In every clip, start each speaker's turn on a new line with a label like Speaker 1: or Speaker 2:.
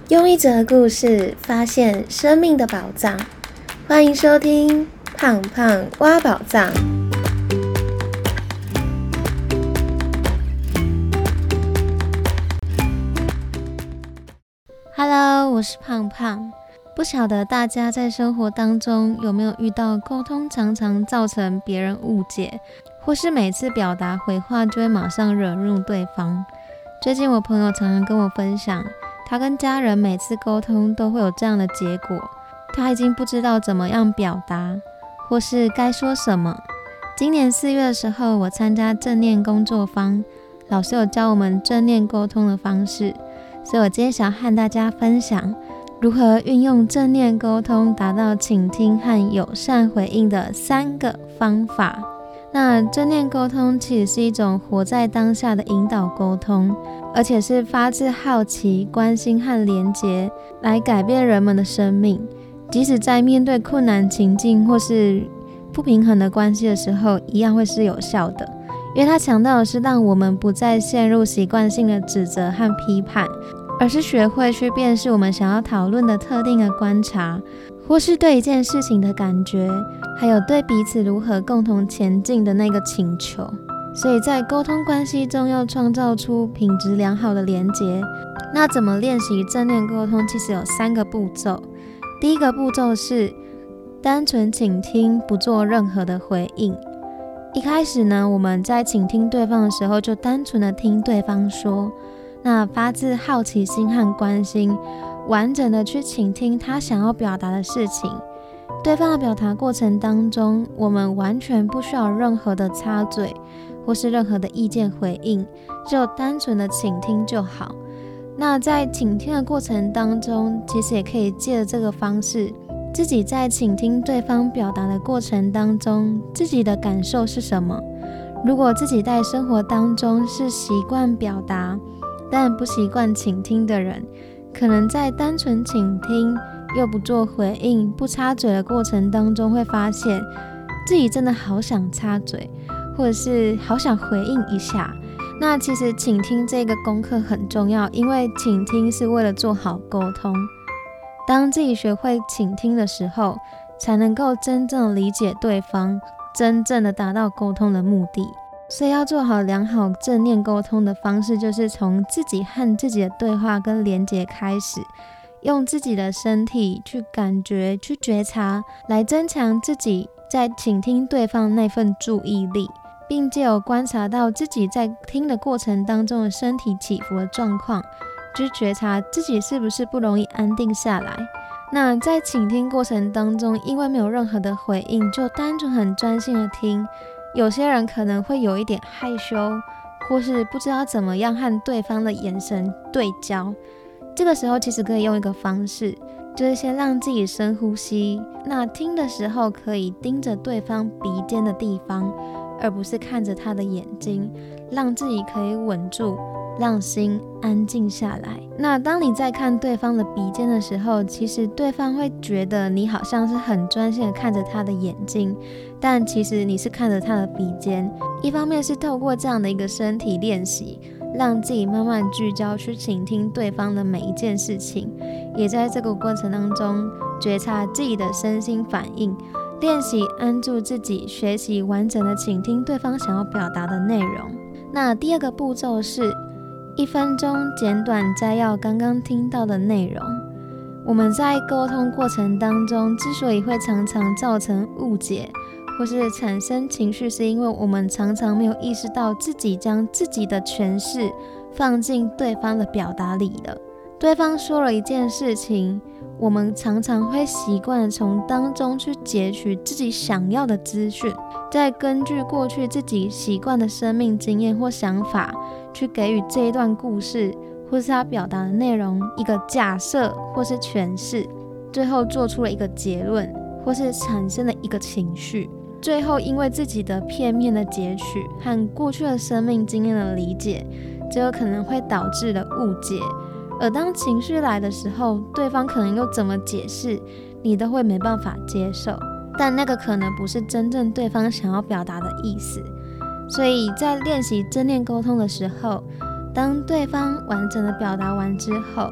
Speaker 1: 用一则故事发现生命的宝藏，欢迎收听胖胖挖宝藏。Hello， 我是胖胖。不晓得大家在生活当中有没有遇到沟通常常造成别人误解，或是每次表达回话就会马上惹怒对方。最近我朋友常常跟我分享，他跟家人每次沟通都会有这样的结果，他已经不知道怎么样表达，或是该说什么。今年4月的时候，我参加正念工作坊，老师有教我们正念沟通的方式，所以我今天想要和大家分享如何运用正念沟通达到倾听和友善回应的3个方法。那正念沟通其实是一种活在当下的引导沟通，而且是发自好奇、关心和连结来改变人们的生命。即使在面对困难情境或是不平衡的关系的时候，一样会是有效的。因为它强调的是让我们不再陷入习惯性的指责和批判，而是学会去辨识我们想要讨论的特定的观察，或是对一件事情的感觉，还有对彼此如何共同前进的那个请求。所以在沟通关系中要创造出品质良好的连结。那怎么练习正念沟通？其实有3个步骤。第一个步骤是单纯倾听，不做任何的回应。一开始呢，我们在倾听对方的时候，就单纯的听对方说，那发自好奇心和关心，完整的去倾听他想要表达的事情。对方的表达过程当中，我们完全不需要任何的插嘴或是任何的意见回应，就单纯的倾听就好。那在倾听的过程当中，其实也可以借着这个方式，自己在倾听对方表达的过程当中，自己的感受是什么。如果自己在生活当中是习惯表达但不习惯倾听的人，可能在单纯倾听又不做回应、不插嘴的过程当中，会发现自己真的好想插嘴，或者是好想回应一下。那其实倾听这个功课很重要，因为倾听是为了做好沟通。当自己学会倾听的时候，才能够真正理解对方，真正的达到沟通的目的。所以要做好良好正念沟通的方式，就是从自己和自己的对话跟连结开始，用自己的身体去感觉、去觉察，来增强自己在倾听对方那份注意力，并藉由观察到自己在听的过程当中的身体起伏的状况，去觉察自己是不是不容易安定下来。那在倾听过程当中，因为没有任何的回应，就单纯很专心的听，有些人可能会有一点害羞，或是不知道怎么样和对方的眼神对焦。这个时候其实可以用一个方式，就是先让自己深呼吸，那听的时候可以盯着对方鼻尖的地方，而不是看着他的眼睛，让自己可以稳住，让心安静下来。那当你在看对方的鼻尖的时候，其实对方会觉得你好像是很专心的看着他的眼睛，但其实你是看着他的鼻尖。一方面是透过这样的一个身体练习，让自己慢慢聚焦去倾听对方的每一件事情，也在这个过程当中觉察自己的身心反应，练习安住自己，学习完整的倾听对方想要表达的内容。那第2个步骤是1分钟简短摘要刚刚听到的内容。我们在沟通过程当中之所以会常常造成误解或是产生情绪，是因为我们常常没有意识到自己将自己的诠释放进对方的表达里了。对方说了一件事情，我们常常会习惯从当中去截取自己想要的资讯，再根据过去自己习惯的生命经验或想法，去给予这一段故事或是他表达的内容一个假设或是诠释，最后做出了一个结论，或是产生了一个情绪。最后因为自己的片面的截取和过去的生命经验的理解，这有可能会导致了误解。而当情绪来的时候，对方可能又怎么解释，你都会没办法接受，但那个可能不是真正对方想要表达的意思。所以在练习正念沟通的时候，当对方完整的表达完之后，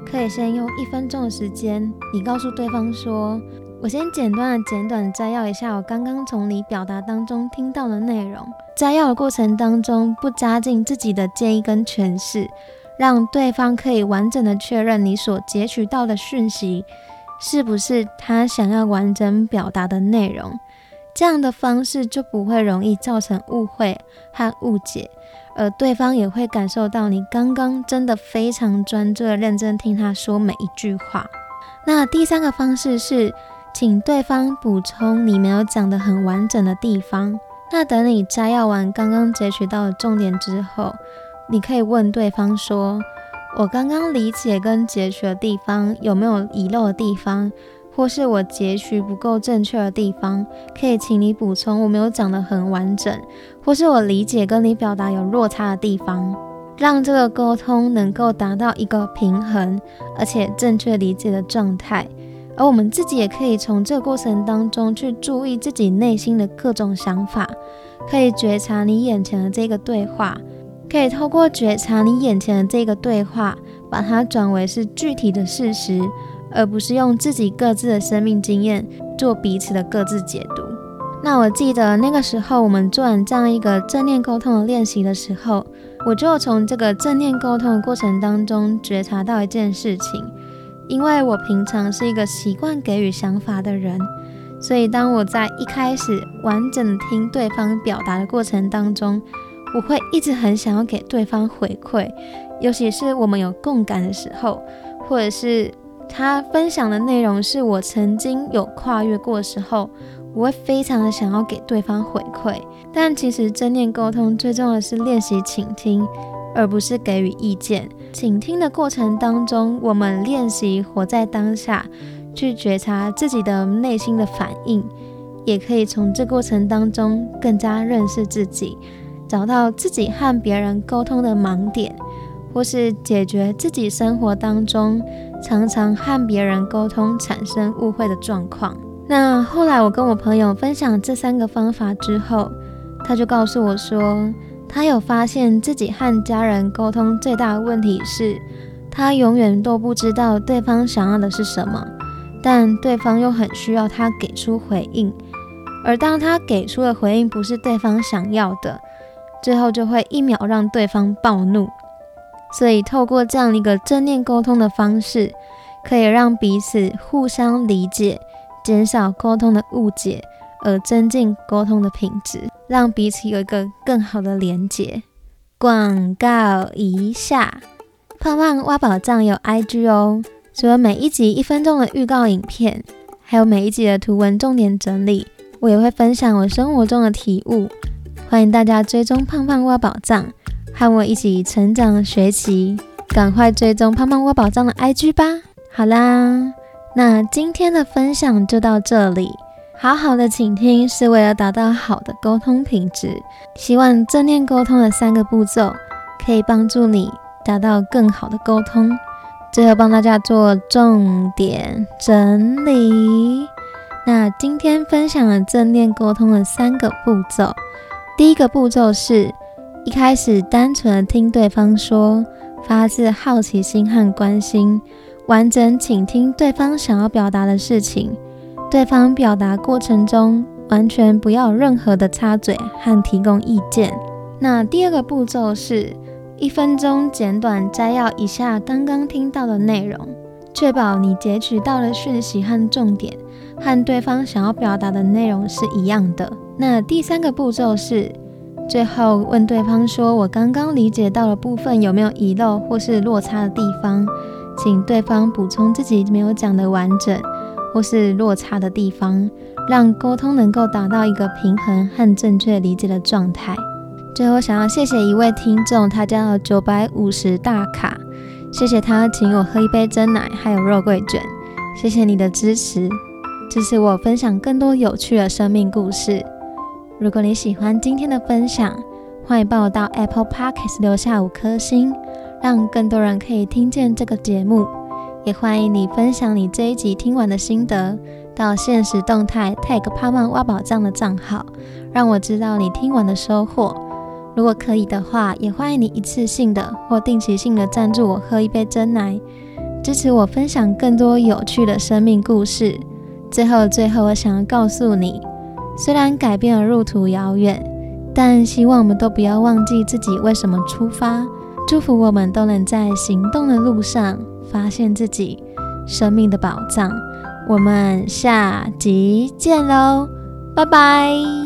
Speaker 1: 可以先用1分钟的时间，你告诉对方说，我先简短摘要一下我刚刚从你表达当中听到的内容。摘要的过程当中，不加进自己的建议跟诠释，让对方可以完整的确认你所截取到的讯息是不是他想要完整表达的内容。这样的方式就不会容易造成误会和误解，而对方也会感受到你刚刚真的非常专注的认真听他说每一句话。那第3个方式是请对方补充你没有讲得很完整的地方。那等你摘要完刚刚截取到的重点之后，你可以问对方说，我刚刚理解跟截取的地方有没有遗漏的地方，或是我截取不够正确的地方，可以请你补充我没有讲得很完整，或是我理解跟你表达有落差的地方，让这个沟通能够达到一个平衡而且正确理解的状态。而我们自己也可以从这个过程当中去注意自己内心的各种想法，可以觉察你眼前的这个对话，可以透过觉察你眼前的这个对话，把它转为是具体的事实，而不是用自己各自的生命经验做彼此的各自解读。那我记得那个时候我们做完这样一个正念沟通的练习的时候，我就从这个正念沟通的过程当中觉察到一件事情。因为我平常是一个习惯给予想法的人，所以当我在一开始完整听对方表达的过程当中，我会一直很想要给对方回馈，尤其是我们有共感的时候，或者是他分享的内容是我曾经有跨越过的时候，我会非常的想要给对方回馈。但其实正念沟通最重要的是练习倾听，而不是给予意见。倾听的过程当中，我们练习活在当下，去觉察自己的内心的反应，也可以从这过程当中更加认识自己，找到自己和别人沟通的盲点，或是解决自己生活当中常常和别人沟通产生误会的状况。那后来我跟我朋友分享这3个方法之后，他就告诉我说，他有发现自己和家人沟通最大的问题是，他永远都不知道对方想要的是什么，但对方又很需要他给出回应，而当他给出的回应不是对方想要的，最后就会1秒让对方暴怒。所以透过这样一个正念沟通的方式，可以让彼此互相理解，减少沟通的误解，而增进沟通的品质，让彼此有一个更好的连结。广告一下，胖胖挖宝藏有 IG 哦，除了每一集1分钟的预告影片，还有每一集的图文重点整理，我也会分享我生活中的体悟。欢迎大家追踪胖胖挖宝藏，和我一起成长学习，赶快追踪胖胖挖宝藏的 IG 吧。好啦，那今天的分享就到这里。好好的倾听是为了达到好的沟通品质，希望正念沟通的3个步骤可以帮助你达到更好的沟通。最后帮大家做重点整理。那今天分享了正念沟通的3个步骤。第一个步骤是一开始单纯的听对方说，发自好奇心和关心，完整倾听对方想要表达的事情。对方表达过程中完全不要有任何的插嘴和提供意见。那第二个步骤是1分钟简短摘要一下刚刚听到的内容，确保你截取到的讯息和重点和对方想要表达的内容是一样的。那第3个步骤是最后问对方说，我刚刚理解到的部分有没有遗漏或是落差的地方，请对方补充自己没有讲的完整或是落差的地方，让沟通能够达到一个平衡和正确理解的状态。最后想要谢谢一位听众，他叫950大卡，谢谢他请我喝一杯珍奶还有肉桂卷，谢谢你的支持，支持我分享更多有趣的生命故事。如果你喜欢今天的分享，欢迎帮我到 Apple Podcast 留下5颗星，让更多人可以听见这个节目。也欢迎你分享你这一集听完的心得，到限时动态 tag 胖胖挖宝藏的账号，让我知道你听完的收获。如果可以的话，也欢迎你一次性的或定期性的赞助我喝一杯珍奶， 支持我分享更多有趣的生命故事。最后，我想要告诉你，虽然改变的路途遥远，但希望我们都不要忘记自己为什么出发。祝福我们都能在行动的路上发现自己生命的宝藏。我们下集见喽，拜拜。